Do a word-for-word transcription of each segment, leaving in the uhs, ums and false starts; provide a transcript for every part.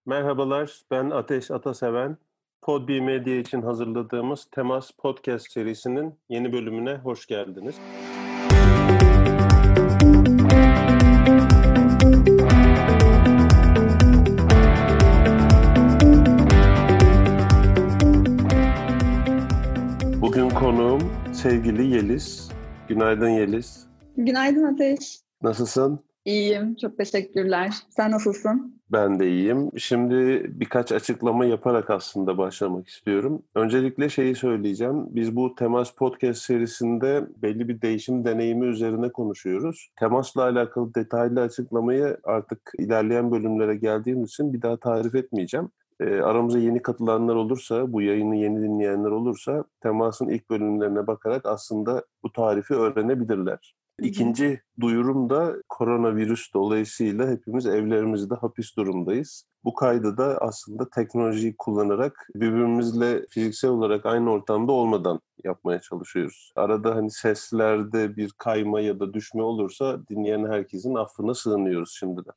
Merhabalar, ben Ateş Ataseven. Podbi Medya için hazırladığımız Temas Podcast serisinin yeni bölümüne hoş geldiniz. Bugün konuğum sevgili Yeliz. Günaydın Yeliz. Günaydın Ateş. Nasılsın? İyiyim, çok teşekkürler. Sen nasılsın? Ben de iyiyim. Şimdi birkaç açıklama yaparak aslında başlamak istiyorum. Öncelikle şeyi söyleyeceğim. Biz bu Temas Podcast serisinde belli bir değişim deneyimi üzerine konuşuyoruz. Temasla alakalı detaylı açıklamayı artık ilerleyen bölümlere geldiğimiz için bir daha tarif etmeyeceğim. E, aramıza yeni katılanlar olursa, bu yayını yeni dinleyenler olursa Temas'ın ilk bölümlerine bakarak aslında bu tarifi öğrenebilirler. İkinci duyurum da koronavirüs dolayısıyla hepimiz evlerimizde hapis durumdayız. Bu kaydı da aslında teknolojiyi kullanarak birbirimizle fiziksel olarak aynı ortamda olmadan yapmaya çalışıyoruz. Arada hani seslerde bir kayma ya da düşme olursa dinleyen herkesin affına sığınıyoruz şimdiden.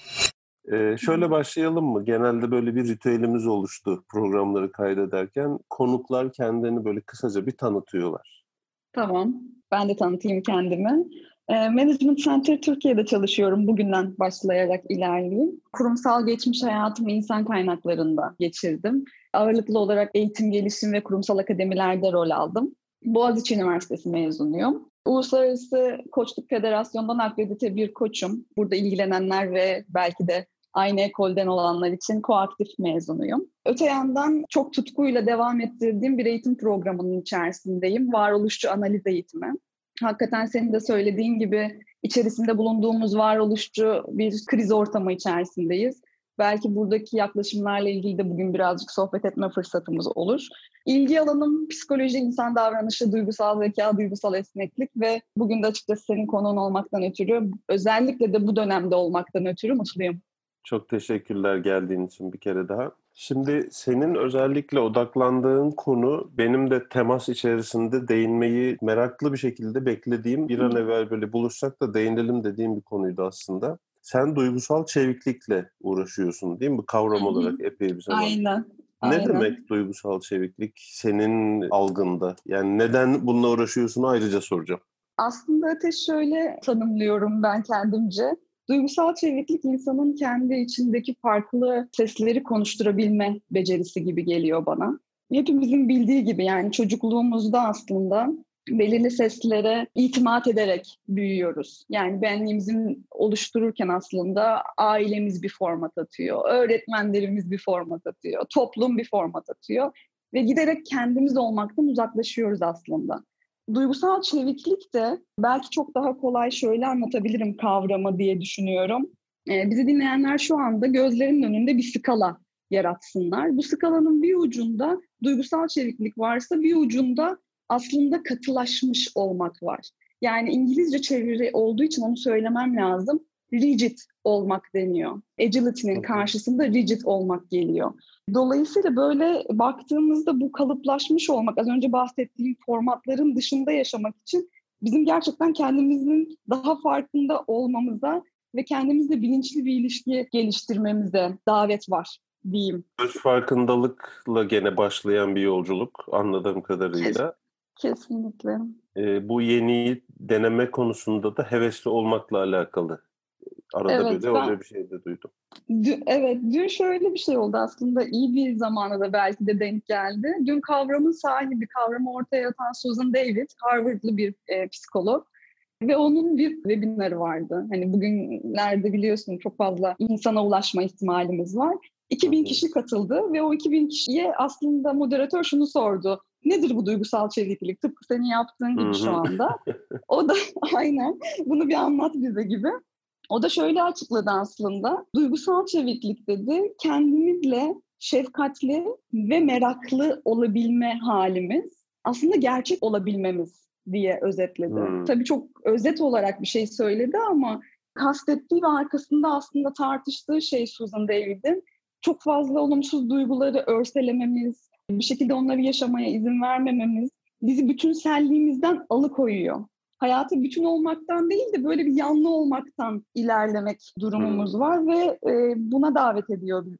Ee, şöyle başlayalım mı? Genelde böyle bir ritüelimiz oluştu programları kaydederken. Konuklar kendilerini böyle kısaca bir tanıtıyorlar. Tamam, ben de tanıtayım kendimi. E, Management Center Türkiye'de çalışıyorum. Bugünden başlayarak ilerleyeyim. Kurumsal geçmiş hayatımı insan kaynaklarında geçirdim. Ağırlıklı olarak eğitim, gelişim ve kurumsal akademilerde rol aldım. Boğaziçi Üniversitesi mezunuyum. Uluslararası Koçluk Federasyonu'ndan akredite bir koçum. Burada ilgilenenler ve belki de aynı ekolden olanlar için koaktif mezunuyum. Öte yandan çok tutkuyla devam ettirdiğim bir eğitim programının içerisindeyim. Varoluşçu analiz eğitimi. Hakikaten senin de söylediğin gibi içerisinde bulunduğumuz varoluşçu bir kriz ortamı içerisindeyiz. Belki buradaki yaklaşımlarla ilgili de bugün birazcık sohbet etme fırsatımız olur. İlgi alanım psikoloji, insan davranışı, duygusal zeka, duygusal esneklik ve bugün de açıkçası senin konuğun olmaktan ötürü, özellikle de bu dönemde olmaktan ötürü mutluyum. Çok teşekkürler geldiğin için bir kere daha. Şimdi senin özellikle odaklandığın konu benim de temas içerisinde değinmeyi meraklı bir şekilde beklediğim, bir an evvel böyle buluşsak da değinelim dediğim bir konuydu aslında. Sen duygusal çeviklikle uğraşıyorsun değil mi? Bu kavram olarak epey bir zaman. Aynen. Ne Aynen. demek duygusal çeviklik senin algında? Yani neden bununla uğraşıyorsun ayrıca soracağım. Aslında Ateş şöyle tanımlıyorum ben kendimce. Duygusal çeviklik insanın kendi içindeki farklı sesleri konuşturabilme becerisi gibi geliyor bana. Hepimizin bildiği gibi yani çocukluğumuzda aslında belirli seslere itimat ederek büyüyoruz. Yani benliğimizi oluştururken aslında ailemiz bir format atıyor, öğretmenlerimiz bir format atıyor, toplum bir format atıyor ve giderek kendimiz olmaktan uzaklaşıyoruz aslında. Duygusal çeviklik de belki çok daha kolay şöyle anlatabilirim kavramı diye düşünüyorum. Ee, bizi dinleyenler şu anda gözlerinin önünde bir skala yaratsınlar. Bu skalanın bir ucunda duygusal çeviklik varsa bir ucunda aslında katılaşmış olmak var. Yani İngilizce çeviri olduğu için onu söylemem lazım. Rigid olmak deniyor. Agility'nin karşısında rigid olmak geliyor. Dolayısıyla böyle baktığımızda bu kalıplaşmış olmak, az önce bahsettiğim formatların dışında yaşamak için bizim gerçekten kendimizin daha farkında olmamıza ve kendimizle bilinçli bir ilişki geliştirmemize davet var diyeyim. Öz farkındalıkla gene başlayan bir yolculuk anladığım kadarıyla. Kesinlikle. Ee, bu yeniyi deneme konusunda da hevesli olmakla alakalı. Arada Evet, böyle ben, öyle bir şey de duydum. Dün, evet, dün şöyle bir şey oldu aslında iyi bir zamana da belki de denk geldi. Dün kavramın sahibi, kavramı ortaya atan Susan David, Harvard'lı bir e, psikolog. Ve onun bir webinarı vardı. Hani bugünlerde biliyorsun çok fazla insana ulaşma ihtimalimiz var. iki bin kişi katıldı ve o iki bin kişiye aslında moderatör şunu sordu. Nedir bu duygusal çeviklik? Tıpkı senin yaptığın gibi şu anda. O da aynen bunu bir anlat bize gibi. O da şöyle açıkladı aslında. Duygusal çeviklik dedi, kendimizle şefkatli ve meraklı olabilme halimiz, aslında gerçek olabilmemiz diye özetledi. Hmm. Tabii çok özet olarak bir şey söyledi ama kastettiği ve arkasında aslında tartıştığı şey Susan David'in çok fazla olumsuz duyguları örselememiz, bir şekilde onları yaşamaya izin vermememiz bizi bütünselliğimizden alıkoyuyor. Hayatı bütün olmaktan değil de böyle bir yanlı olmaktan ilerlemek durumumuz hmm. var ve e, buna davet ediyor bizi.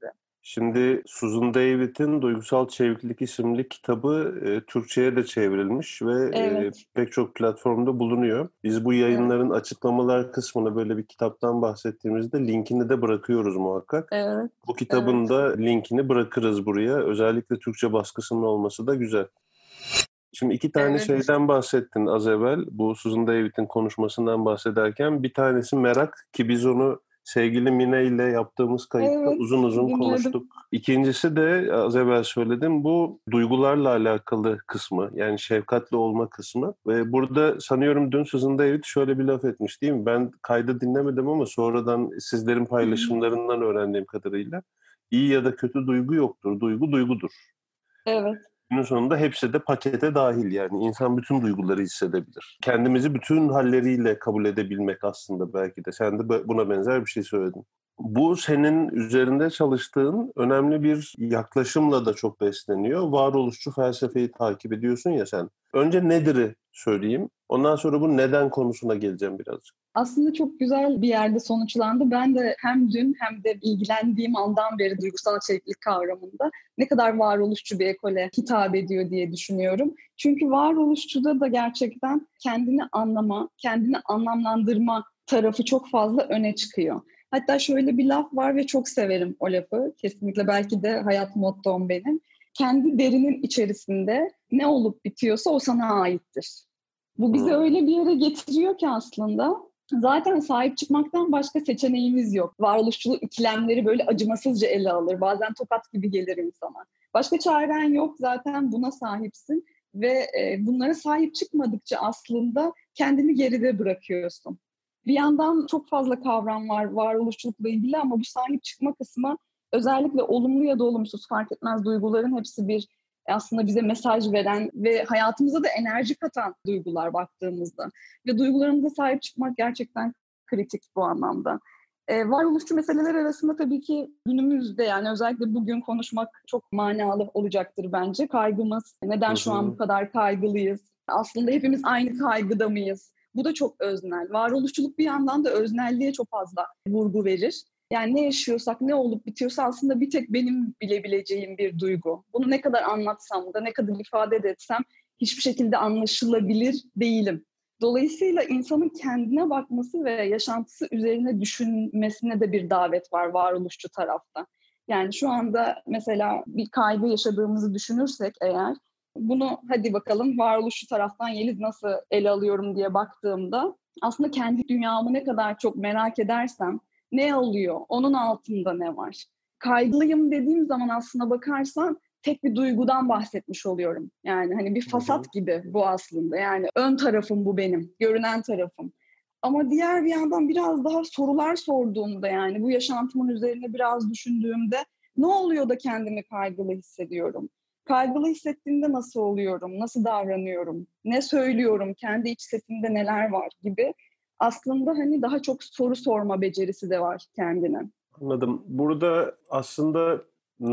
Şimdi Susan David'in Duygusal Çeviklik isimli kitabı e, Türkçe'ye de çevrilmiş ve e, Evet, pek çok platformda bulunuyor. Biz bu evet, yayınların açıklamalar kısmına böyle bir kitaptan bahsettiğimizde linkini de bırakıyoruz muhakkak. evet, Bu kitabın evet, da linkini bırakırız buraya. Özellikle Türkçe baskısının olması da güzel. Şimdi iki tane evet, şeyden bahsettin az evvel. Bu Susan David'in konuşmasından bahsederken bir tanesi merak ki biz onu sevgili Mine ile yaptığımız kayıtta evet, uzun uzun dinledim. konuştuk. İkincisi de az evvel söyledim bu duygularla alakalı kısmı yani şefkatli olma kısmı ve burada sanıyorum dün Susan David şöyle bir laf etmiş değil mi? Ben kaydı dinlemedim ama sonradan sizlerin Hı hı. paylaşımlarından öğrendiğim kadarıyla iyi ya da kötü duygu yoktur. Duygu duygudur. Evet. Günün sonunda hepsi de pakete dahil yani insan bütün duyguları hissedebilir. Kendimizi bütün halleriyle kabul edebilmek aslında belki de. Sen de buna benzer bir şey söyledin. Bu senin üzerinde çalıştığın önemli bir yaklaşımla da çok besleniyor. Varoluşçu felsefeyi takip ediyorsun ya sen. Önce nedir'i söyleyeyim. Ondan sonra bu neden konusuna geleceğim birazcık. Aslında çok güzel bir yerde sonuçlandı. Ben de hem dün hem de ilgilendiğim andan beri duygusal çeviklik kavramında ne kadar varoluşçu bir ekole hitap ediyor diye düşünüyorum. Çünkü varoluşçuda da gerçekten kendini anlama, kendini anlamlandırma tarafı çok fazla öne çıkıyor. Hatta şöyle bir laf var ve çok severim o lafı. Kesinlikle belki de hayat mottom benim. Kendi derinin içerisinde ne olup bitiyorsa o sana aittir. Bu bizi Hmm. öyle bir yere getiriyor ki aslında zaten sahip çıkmaktan başka seçeneğimiz yok. Varoluşçuluk ikilemleri böyle acımasızca ele alır. Bazen tokat gibi gelir insana. Başka çaren yok, zaten buna sahipsin ve e, bunlara sahip çıkmadıkça aslında kendini geride bırakıyorsun. Bir yandan çok fazla kavram var varoluşçulukla ilgili ama bu sahip çıkma kısmı özellikle olumlu ya da olumsuz fark etmez duyguların hepsi bir aslında bize mesaj veren ve hayatımıza da enerji katan duygular baktığımızda. Ve duygularımıza sahip çıkmak gerçekten kritik bu anlamda. Ee, varoluşçu meseleler arasında tabii ki günümüzde yani özellikle bugün konuşmak çok manalı olacaktır bence. Kaygımız, neden Hı şu an bu hı. kadar kaygılıyız? Aslında hepimiz aynı kaygıda mıyız? Bu da çok öznel. Varoluşçuluk bir yandan da öznelliğe çok fazla vurgu verir. Yani ne yaşıyorsak, ne olup bitiyorsa aslında bir tek benim bilebileceğim bir duygu. Bunu ne kadar anlatsam da, ne kadar ifade etsem hiçbir şekilde anlaşılabilir değilim. Dolayısıyla insanın kendine bakması ve yaşantısı üzerine düşünmesine de bir davet var varoluşçu tarafta. Yani şu anda mesela bir kaygı yaşadığımızı düşünürsek eğer, bunu hadi bakalım varoluşçu taraftan Yeliz nasıl ele alıyorum diye baktığımda aslında kendi dünyamı ne kadar çok merak edersem ne oluyor, onun altında ne var? Kaygılıyım dediğim zaman aslına bakarsan tek bir duygudan bahsetmiş oluyorum. Yani hani bir Hı hı. fasat gibi bu aslında. Yani ön tarafım bu benim, görünen tarafım. Ama diğer bir yandan biraz daha sorular sorduğumda yani bu yaşantımın üzerine biraz düşündüğümde ne oluyor da kendimi kaygılı hissediyorum? Kaygılı hissettiğimde nasıl oluyorum? Nasıl davranıyorum? Ne söylüyorum? Kendi iç sesimde neler var gibi. Aslında hani daha çok soru sorma becerisi de var kendine. Anladım. Burada aslında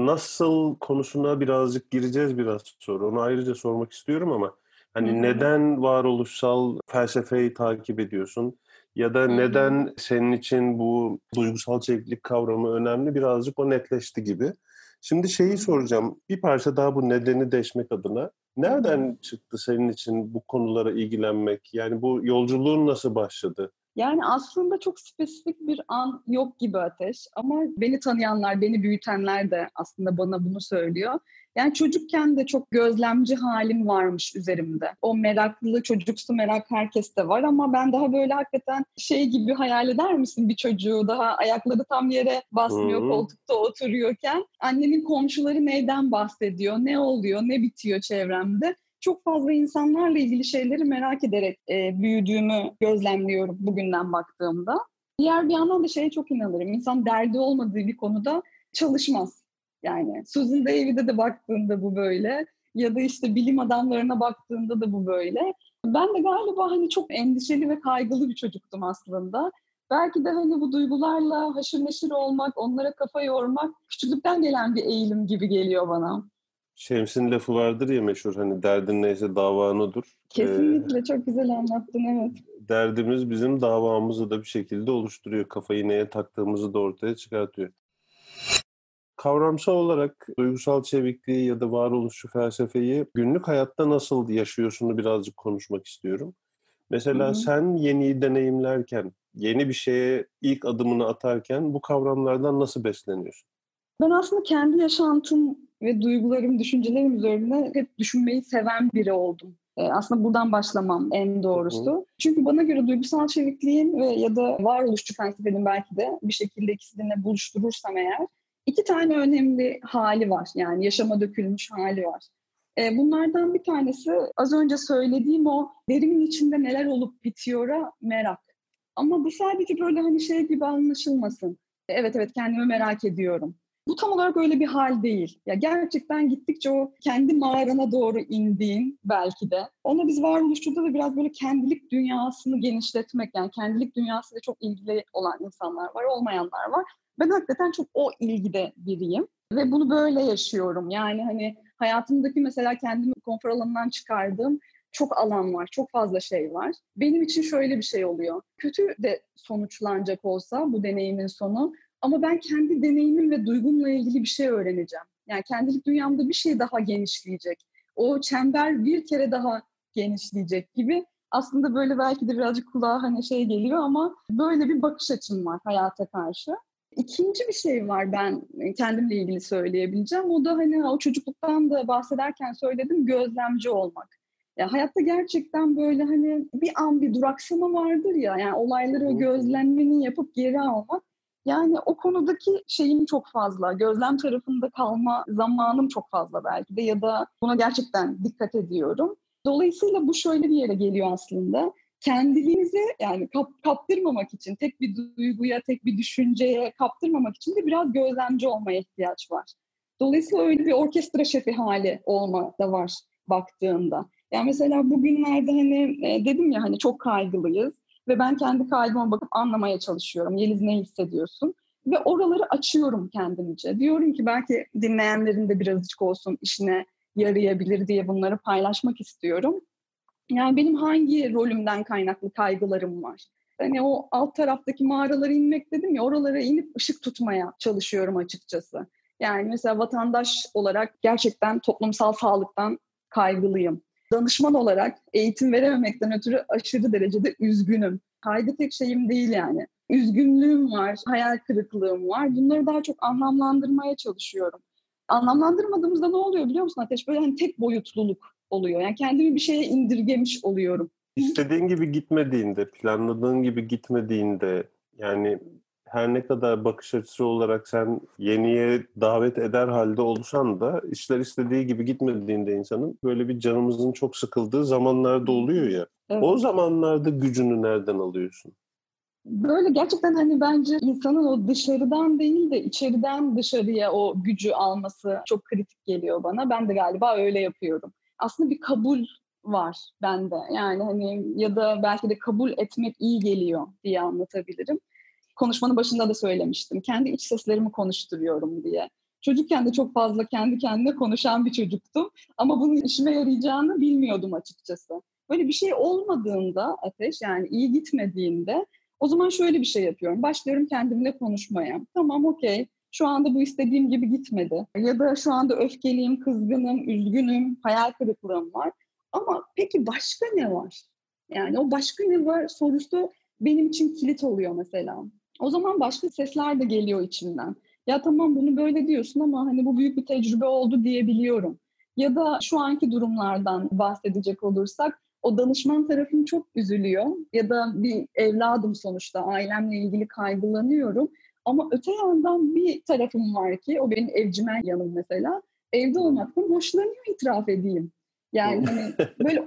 nasıl konusuna birazcık gireceğiz biraz sonra. Onu ayrıca sormak istiyorum ama Hı hani hı, neden varoluşsal felsefeyi takip ediyorsun? Ya da hı hı, neden senin için bu duygusal çeviklik kavramı önemli? Birazcık o netleşti gibi. Şimdi hı şeyi hı, soracağım. Bir parça daha bu nedeni deşmek adına. hı hı. Nereden çıktı senin için bu konulara ilgilenmek? Yani bu yolculuğun nasıl başladı? Yani aslında çok spesifik bir an yok gibi Ateş. Ama beni tanıyanlar, beni büyütenler de aslında bana bunu söylüyor. Yani çocukken de çok gözlemci halim varmış üzerimde. O meraklı, çocuksu merak herkeste var ama ben daha böyle hakikaten şey gibi hayal eder misin bir çocuğu daha ayakları tam yere Hı basmıyor hı. koltukta oturuyorken annenin komşuları neyden bahsediyor, ne oluyor, ne bitiyor çevremde? Çok fazla insanlarla ilgili şeyleri merak ederek e, büyüdüğümü gözlemliyorum bugünden baktığımda. Diğer bir yandan da şeye çok inanırım. İnsan derdi olmadığı bir konuda çalışmaz. Yani Susan David'e de baktığında bu böyle. Ya da işte bilim adamlarına baktığında da bu böyle. Ben de galiba hani çok endişeli ve kaygılı bir çocuktum aslında. Belki de hani bu duygularla haşır neşir olmak, onlara kafa yormak küçüklükten gelen bir eğilim gibi geliyor bana. Şems'in lafı vardır ya meşhur hani derdin neyse davan odur. Ee, Kesinlikle çok güzel anlattın, evet. derdimiz bizim davamızı da bir şekilde oluşturuyor. Kafayı neye taktığımızı da ortaya çıkartıyor. Kavramsal olarak duygusal çevikliği ya da varoluşçu felsefeyi günlük hayatta nasıl yaşıyorsun'u birazcık konuşmak istiyorum. Hı Mesela hı. sen yeniyi deneyimlerken, yeni bir şeye ilk adımını atarken bu kavramlardan nasıl besleniyorsun? Ben aslında kendi yaşantım ve duygularım, düşüncelerim üzerine hep düşünmeyi seven biri oldum. Eee, aslında buradan başlamam en Hı hı. doğrusu. Çünkü bana göre duygusal çevikliğin ve ya da varoluşçu felsefenin belki de bir şekilde ikisini buluşturursam eğer iki tane önemli hali var. Yani yaşama dökülmüş hali var. Eee, bunlardan bir tanesi az önce söylediğim o derimin içinde neler olup bitiyora merak. Ama bu sadece böyle hani şey gibi anlaşılmasın. Evet, evet kendimi merak ediyorum. Bu tam olarak öyle bir hal değil. Ya gerçekten gittikçe o kendi mağarana doğru indiğin belki de. Ona biz varoluşçuda da biraz böyle kendilik dünyasını genişletmek, yani kendilik dünyasıyla çok ilgili olan insanlar var, olmayanlar var. Ben hakikaten çok o ilgide biriyim ve bunu böyle yaşıyorum. Yani hani hayatımdaki mesela kendimi konfor alanından çıkardığım çok alan var, çok fazla şey var. Benim için şöyle bir şey oluyor. Kötü de sonuçlanacak olsa bu deneyimin sonu, ama ben kendi deneyimim ve duygumla ilgili bir şey öğreneceğim. Yani kendilik dünyamda bir şey daha genişleyecek. O çember bir kere daha genişleyecek gibi. Aslında böyle belki de birazcık kulağa hani şey geliyor ama böyle bir bakış açım var hayata karşı. İkinci bir şey var ben kendimle ilgili söyleyebileceğim. O da hani o çocukluktan da bahsederken söyledim, gözlemci olmak. Ya hayatta gerçekten böyle hani bir an bir duraksama vardır ya, yani Hı olayları hı. gözlemini yapıp geri almak. Yani o konudaki şeyim çok fazla, gözlem tarafında kalma zamanım çok fazla belki de ya da buna gerçekten dikkat ediyorum. Dolayısıyla bu şöyle bir yere geliyor aslında. Kendiliğinizi yani kap, kaptırmamak için, tek bir duyguya, tek bir düşünceye kaptırmamak için de biraz gözlemci olmaya ihtiyaç var. Dolayısıyla öyle bir orkestra şefi hali olma da var baktığında. Yani mesela bugünlerde hani e, dedim ya hani çok kaygılıyız ve ben kendi kaygıma bakıp anlamaya çalışıyorum. Yeliz ne hissediyorsun? Ve oraları açıyorum kendimce. Diyorum ki belki dinleyenlerin de birazcık olsun işine yarayabilir diye bunları paylaşmak istiyorum. Yani benim hangi rolümden kaynaklı kaygılarım var? Hani o alt taraftaki mağaralara inmek dedim ya, oralara inip ışık tutmaya çalışıyorum açıkçası. Yani mesela vatandaş olarak gerçekten toplumsal sağlıktan kaygılıyım. Danışman olarak eğitim verememekten ötürü aşırı derecede üzgünüm. Kaygı tek şeyim değil yani. Üzgünlüğüm var, hayal kırıklığım var. Bunları daha çok anlamlandırmaya çalışıyorum. Anlamlandırmadığımızda ne oluyor biliyor musun Ateş? Böyle hani tek boyutluluk oluyor. Yani kendimi bir şeye indirgemiş oluyorum. İstediğin gibi gitmediğinde, planladığın gibi gitmediğinde, yani her ne kadar bakış açısı olarak sen yeniye davet eder halde olsan da işler istediği gibi gitmediğinde insanın böyle bir canımızın çok sıkıldığı zamanlarda oluyor ya. O Evet. zamanlarda gücünü nereden alıyorsun? Böyle gerçekten hani bence insanın o dışarıdan değil de içeriden dışarıya o gücü alması çok kritik geliyor bana. Ben de galiba öyle yapıyorum. Aslında bir kabul var bende. Yani hani ya da belki de kabul etmek iyi geliyor diye anlatabilirim. Konuşmanın başında da söylemiştim. Kendi iç seslerimi konuşturuyorum diye. Çocukken de çok fazla kendi kendine konuşan bir çocuktum. Ama bunun işime yarayacağını bilmiyordum açıkçası. Böyle bir şey olmadığında Ateş, yani iyi gitmediğinde o zaman şöyle bir şey yapıyorum. Başlıyorum kendimle konuşmaya. Tamam, okey. Şu anda bu istediğim gibi gitmedi. Ya da şu anda öfkeliyim, kızgınım, üzgünüm, hayal kırıklığım var. Ama peki başka ne var? Yani o başka ne var sorusu benim için kilit oluyor mesela. O zaman başka sesler de geliyor içimden. Ya tamam bunu böyle diyorsun ama hani bu büyük bir tecrübe oldu diyebiliyorum. Ya da şu anki durumlardan bahsedecek olursak o danışman tarafım çok üzülüyor. Ya da bir evladım sonuçta, ailemle ilgili kaygılanıyorum. Ama öte yandan bir tarafım var ki o benim evcimen yanım mesela. Evde olmaktan hoşlanıyor, itiraf edeyim. Yani hani böyle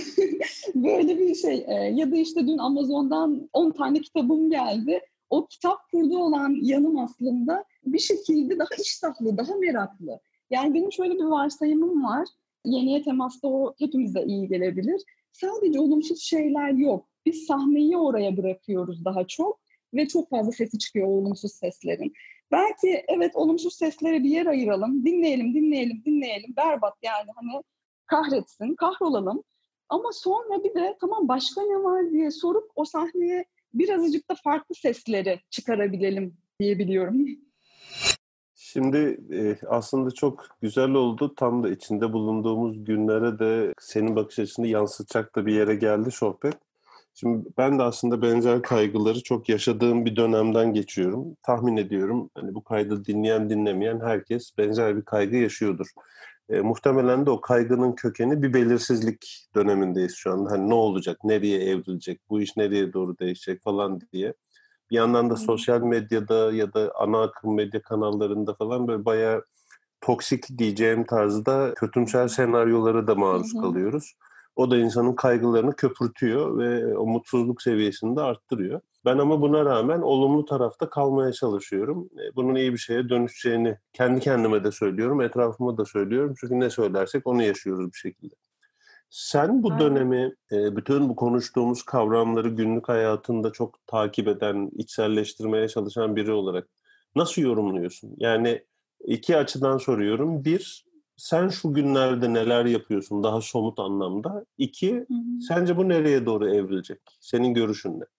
böyle bir şey e, ya da işte dün Amazon'dan on tane kitabım geldi. O kitap kurdu olan yanım aslında bir şekilde daha iştahlı, daha meraklı. Yani benim şöyle bir varsayımım var. Yeniye temasta o hepimize iyi gelebilir. Sadece olumsuz şeyler yok. Biz sahneyi oraya bırakıyoruz daha çok ve çok fazla sesi çıkıyor o olumsuz seslerin. Belki evet olumsuz seslere bir yer ayıralım. Dinleyelim, dinleyelim, dinleyelim. Berbat yani hani kahretsin, kahrolalım. Ama sonra bir de tamam başka ne var diye sorup o sahneye birazcık da farklı sesleri çıkarabilelim diyebiliyorum. Şimdi e, aslında çok güzel oldu. Tam da içinde bulunduğumuz günlere de senin bakış açını yansıtacak da bir yere geldi sohbet. Şimdi ben de aslında benzer kaygıları çok yaşadığım bir dönemden geçiyorum. Tahmin ediyorum hani bu kaydı dinleyen dinlemeyen herkes benzer bir kaygı yaşıyordur. E, muhtemelen de o kaygının kökeni bir belirsizlik dönemindeyiz şu anda. Hani ne olacak, nereye evrilecek, bu iş nereye doğru değişecek falan diye. Bir yandan da sosyal medyada ya da ana akım medya kanallarında falan böyle bayağı toksik diyeceğim tarzda kötümser senaryolara da Hı maruz hı. kalıyoruz. O da insanın kaygılarını köpürtüyor ve o mutsuzluk seviyesini de arttırıyor. Ben ama buna rağmen olumlu tarafta kalmaya çalışıyorum. Bunun iyi bir şeye dönüşeceğini kendi kendime de söylüyorum, etrafıma da söylüyorum. Çünkü ne söylersek onu yaşıyoruz bir şekilde. Sen bu Aynen. dönemi, e, bütün bu konuştuğumuz kavramları günlük hayatında çok takip eden, içselleştirmeye çalışan biri olarak nasıl yorumluyorsun? Yani iki açıdan soruyorum. Bir, sen şu günlerde neler yapıyorsun daha somut anlamda? İki, Hı hı. sence bu nereye doğru evrilecek? Senin görüşün ne?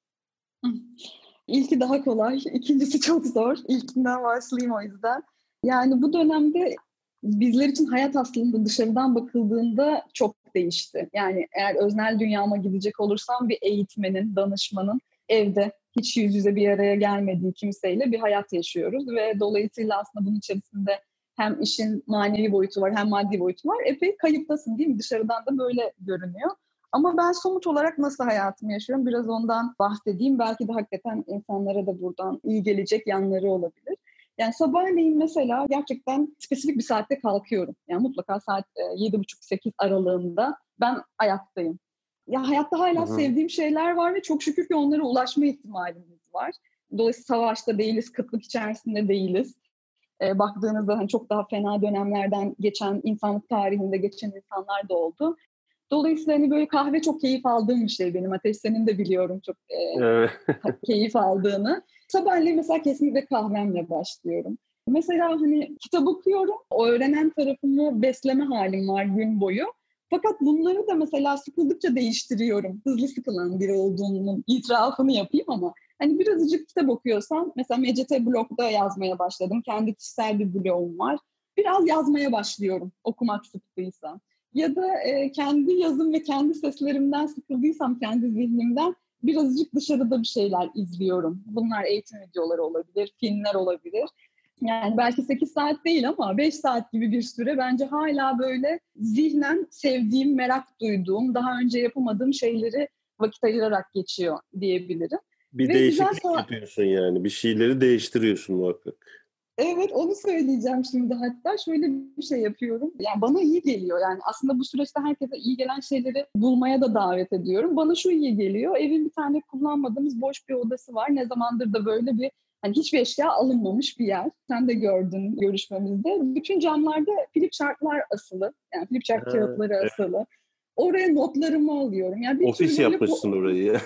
İlki daha kolay, ikincisi çok zor. İlkinden başlayayım o yüzden. Yani bu dönemde bizler için hayat aslında dışarıdan bakıldığında çok değişti. Yani eğer öznel dünyama gidecek olursam bir eğitmenin, danışmanın evde hiç yüz yüze bir araya gelmediği kimseyle bir hayat yaşıyoruz ve dolayısıyla aslında bunun içerisinde hem işin manevi boyutu var hem maddi boyutu var. Epey kayıptasın değil mi? Dışarıdan da böyle görünüyor. Ama ben somut olarak nasıl hayatımı yaşıyorum biraz ondan bahsedeyim. Belki de hakikaten insanlara da buradan iyi gelecek yanları olabilir. Yani sabahleyin mesela gerçekten spesifik bir saatte kalkıyorum. Yani mutlaka saat yedi buçuk sekiz aralığında ben ayaktayım. Ya hayatta Hı hala hı. sevdiğim şeyler var ve çok şükür ki onlara ulaşma ihtimalimiz var. Dolayısıyla savaşta değiliz, kıtlık içerisinde değiliz. E, baktığınızda hani çok daha fena dönemlerden geçen, insanlık tarihinde geçen insanlar da oldu. Dolayısıyla hani böyle kahve çok keyif aldığım bir şey benim. Ateş senin de biliyorum çok e, Evet. keyif aldığını. Sabahleyin mesela kesinlikle kahvemle başlıyorum. Mesela hani kitap okuyorum, o öğrenen tarafımı besleme halim var gün boyu. Fakat bunları da mesela sıkıldıkça değiştiriyorum. Hızlı sıkılan biri olduğunun itirafını yapayım ama hani birazcık kitap okuyorsam mesela M C T blogda yazmaya başladım. Kendi kişisel bir blogum var. Biraz yazmaya başlıyorum okumak sıktıysa. Ya da e, kendi yazım ve kendi seslerimden sıkıldıysam kendi zihnimden birazcık dışarıda bir şeyler izliyorum. Bunlar eğitim videoları olabilir, filmler olabilir. Yani belki sekiz saat değil ama beş saat gibi bir süre bence hala böyle zihnen sevdiğim, merak duyduğum, daha önce yapamadığım şeyleri vakit ayırarak geçiyor diyebilirim. Bir Ve güzel değişiklik sa- yapıyorsun yani. Bir şeyleri değiştiriyorsun muhakkak. Evet, onu söyleyeceğim şimdi hatta. Şöyle bir şey yapıyorum. Yani bana iyi geliyor. Yani aslında bu süreçte herkese iyi gelen şeyleri bulmaya da davet ediyorum. Bana şu iyi geliyor. Evin bir tane kullanmadığımız boş bir odası var. Ne zamandır da böyle bir hani hiçbir eşya alınmamış bir yer. Sen de gördün görüşmemizde. Bütün camlarda flip chartlar asılı. Yani flip chart Ha, kağıtları evet. asılı. Oraya notlarımı alıyorum. Yani bir tür Ofis böyle yapmışsın orayı.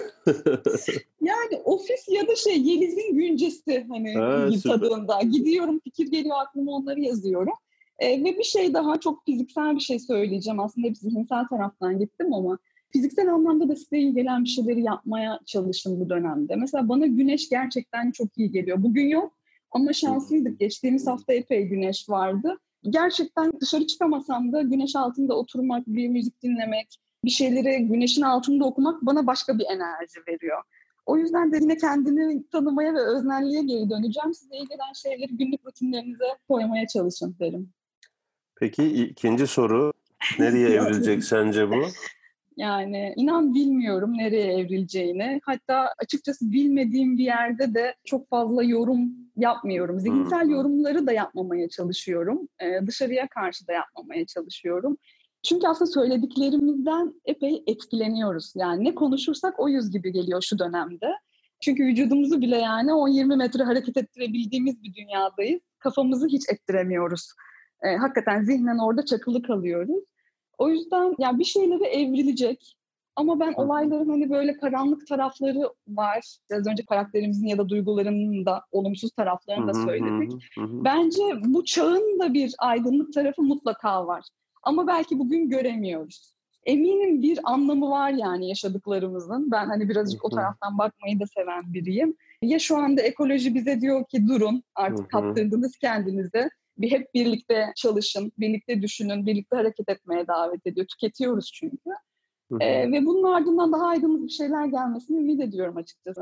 yani ofis ya da şey Yeliz'in güncesi Ha, hani süper. tadında. Gidiyorum fikir geliyor aklıma onları yazıyorum. E, ve bir şey daha çok fiziksel bir şey söyleyeceğim. Aslında hep zihinsel taraftan gittim ama fiziksel anlamda da size iyi gelen bir şeyleri yapmaya çalıştım bu dönemde. Mesela bana güneş gerçekten çok iyi geliyor. Bugün yok ama şanslıydık. Geçtiğimiz hafta epey güneş vardı. Gerçekten dışarı çıkamasam da güneş altında oturmak, bir müzik dinlemek, bir şeyleri güneşin altında okumak bana başka bir enerji veriyor. O yüzden de yine kendini tanımaya ve öznelliğe geri döneceğim. Size iyi gelen şeyleri günlük rutinlerinize koymaya çalışın derim. Peki ikinci soru. Nereye evrilecek sence bu? Yani inan bilmiyorum nereye evrileceğini. Hatta açıkçası bilmediğim bir yerde de çok fazla yorum yapmıyorum. Hı Zihinsel hı. yorumları da yapmamaya çalışıyorum. Ee, dışarıya karşı da yapmamaya çalışıyorum. Çünkü aslında söylediklerimizden epey etkileniyoruz. Yani ne konuşursak o yüz gibi geliyor şu dönemde. Çünkü vücudumuzu bile yani on yirmi metre hareket ettirebildiğimiz bir dünyadayız. Kafamızı hiç ettiremiyoruz. Ee, hakikaten zihnen orada çakılı kalıyoruz. O yüzden yani bir şeylere evrilecek. Ama ben Hı hı. olayların hani böyle karanlık tarafları var. Biraz önce karakterimizin ya da duygularının da olumsuz Hı taraflarını da hı. söyledik. Hı hı. Bence bu çağın da bir aydınlık tarafı mutlaka var. Ama belki bugün göremiyoruz. Eminim bir anlamı var yani yaşadıklarımızın. Ben hani Hı birazcık o hı. taraftan bakmayı da seven biriyim. Ya şu anda ekoloji bize diyor ki durun Hı artık hı. kaptırdınız kendinize. Bir hep birlikte çalışın, birlikte düşünün, birlikte hareket etmeye davet ediyor. Tüketiyoruz çünkü. Hı hı. Ee, ve bunun ardından daha aydınlık bir şeyler gelmesini ümit ediyorum açıkçası.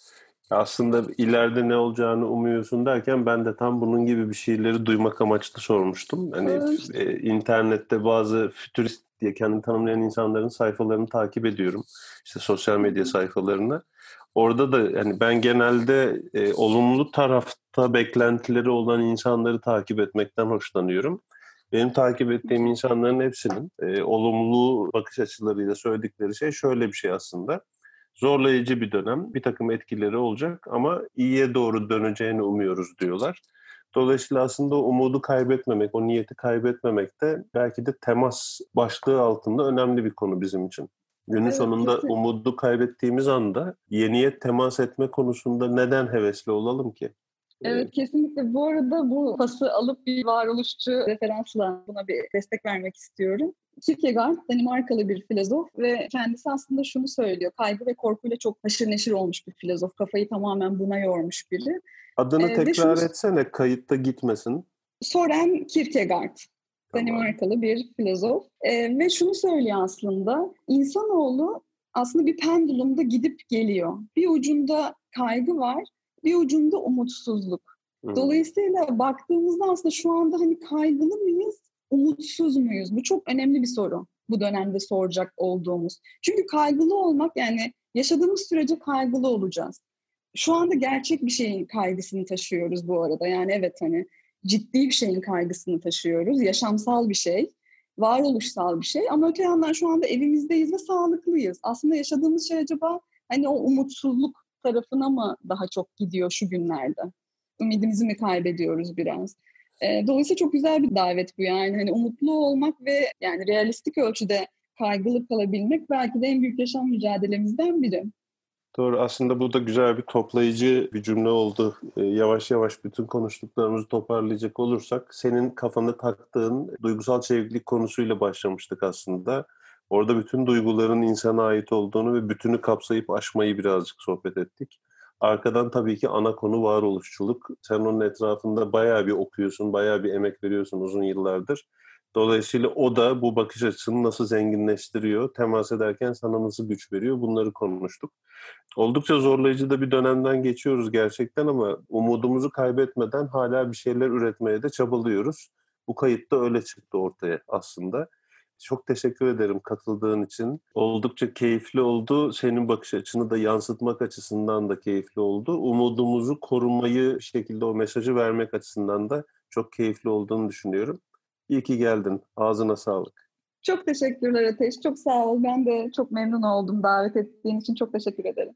Aslında ileride ne olacağını umuyorsun derken ben de tam bunun gibi bir şeyleri duymak amaçlı sormuştum. Hani evet. e, internette bazı fütürist diye kendini tanımlayan insanların sayfalarını takip ediyorum. İşte sosyal medya sayfalarını. Orada da yani ben genelde e, olumlu tarafta beklentileri olan insanları takip etmekten hoşlanıyorum. Benim takip ettiğim insanların hepsinin e, olumlu bakış açılarıyla söyledikleri şey şöyle bir şey aslında. Zorlayıcı bir dönem, bir takım etkileri olacak ama iyiye doğru döneceğini umuyoruz diyorlar. Dolayısıyla aslında o umudu kaybetmemek, o niyeti kaybetmemek de belki de temas başlığı altında önemli bir konu bizim için. Günün evet, sonunda kesin. Umudu kaybettiğimiz anda yeniye temas etme konusunda neden hevesli olalım ki? Evet, kesinlikle. Bu arada bu pası alıp bir varoluşçu referansla buna bir destek vermek istiyorum. Kierkegaard, Danimarkalı bir filozof ve kendisi aslında şunu söylüyor. Kaygı ve korkuyla çok haşır neşir olmuş bir filozof. Kafayı tamamen buna yormuş biri. Adını ee, tekrar şunu... etsene, kayıtta gitmesin. Soren Kierkegaard. Tamam. Danimarkalı bir filozof. Ee, ve şunu söylüyor aslında. İnsanoğlu aslında bir pendulumda gidip geliyor. Bir ucunda kaygı var, bir ucunda umutsuzluk. Hmm. Dolayısıyla baktığımızda aslında şu anda hani kaygılı mıyız, umutsuz muyuz? Bu çok önemli bir soru bu dönemde soracak olduğumuz. Çünkü kaygılı olmak, yani yaşadığımız sürece kaygılı olacağız. Şu anda gerçek bir şeyin kaygısını taşıyoruz bu arada. Yani evet, hani ciddi bir şeyin kaygısını taşıyoruz. Yaşamsal bir şey, varoluşsal bir şey. Ama öte yandan şu anda evimizdeyiz ve sağlıklıyız. Aslında yaşadığımız şey acaba hani o umutsuzluk tarafına mı daha çok gidiyor şu günlerde? Ümidimizi mi kaybediyoruz biraz? E, dolayısıyla çok güzel bir davet bu yani. Hani umutlu olmak ve yani realistik ölçüde kaygılı kalabilmek belki de en büyük yaşam mücadelemizden biri. Doğru. Aslında bu da güzel bir toplayıcı bir cümle oldu. Ee, yavaş yavaş bütün konuştuklarımızı toparlayacak olursak, senin kafana taktığın duygusal çeviklik konusuyla başlamıştık aslında. Orada bütün duyguların insana ait olduğunu ve bütünü kapsayıp aşmayı birazcık sohbet ettik. Arkadan tabii ki ana konu varoluşçuluk. Sen onun etrafında bayağı bir okuyorsun, bayağı bir emek veriyorsun uzun yıllardır. Dolayısıyla o da bu bakış açısını nasıl zenginleştiriyor, temas ederken sana nasıl güç veriyor, bunları konuştuk. Oldukça zorlayıcı da bir dönemden geçiyoruz gerçekten ama umudumuzu kaybetmeden hala bir şeyler üretmeye de çabalıyoruz. Bu kayıt da öyle çıktı ortaya aslında. Çok teşekkür ederim katıldığın için. Oldukça keyifli oldu. Senin bakış açını da yansıtmak açısından da keyifli oldu. Umudumuzu korumayı bir şekilde o mesajı vermek açısından da çok keyifli olduğunu düşünüyorum. İyi ki geldin. Ağzına sağlık. Çok teşekkürler Ateş. Çok sağ ol. Ben de çok memnun oldum davet ettiğin için. Çok teşekkür ederim.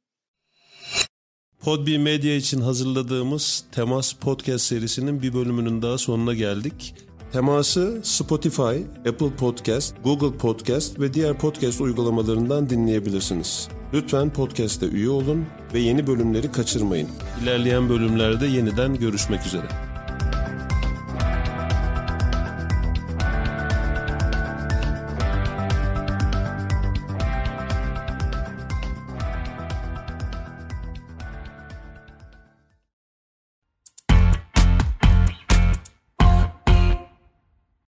Podbi Medya için hazırladığımız Temas Podcast serisinin bir bölümünün daha sonuna geldik. Teması Spotify, Apple Podcast, Google Podcast ve diğer podcast uygulamalarından dinleyebilirsiniz. Lütfen podcast'te üye olun ve yeni bölümleri kaçırmayın. İlerleyen bölümlerde yeniden görüşmek üzere.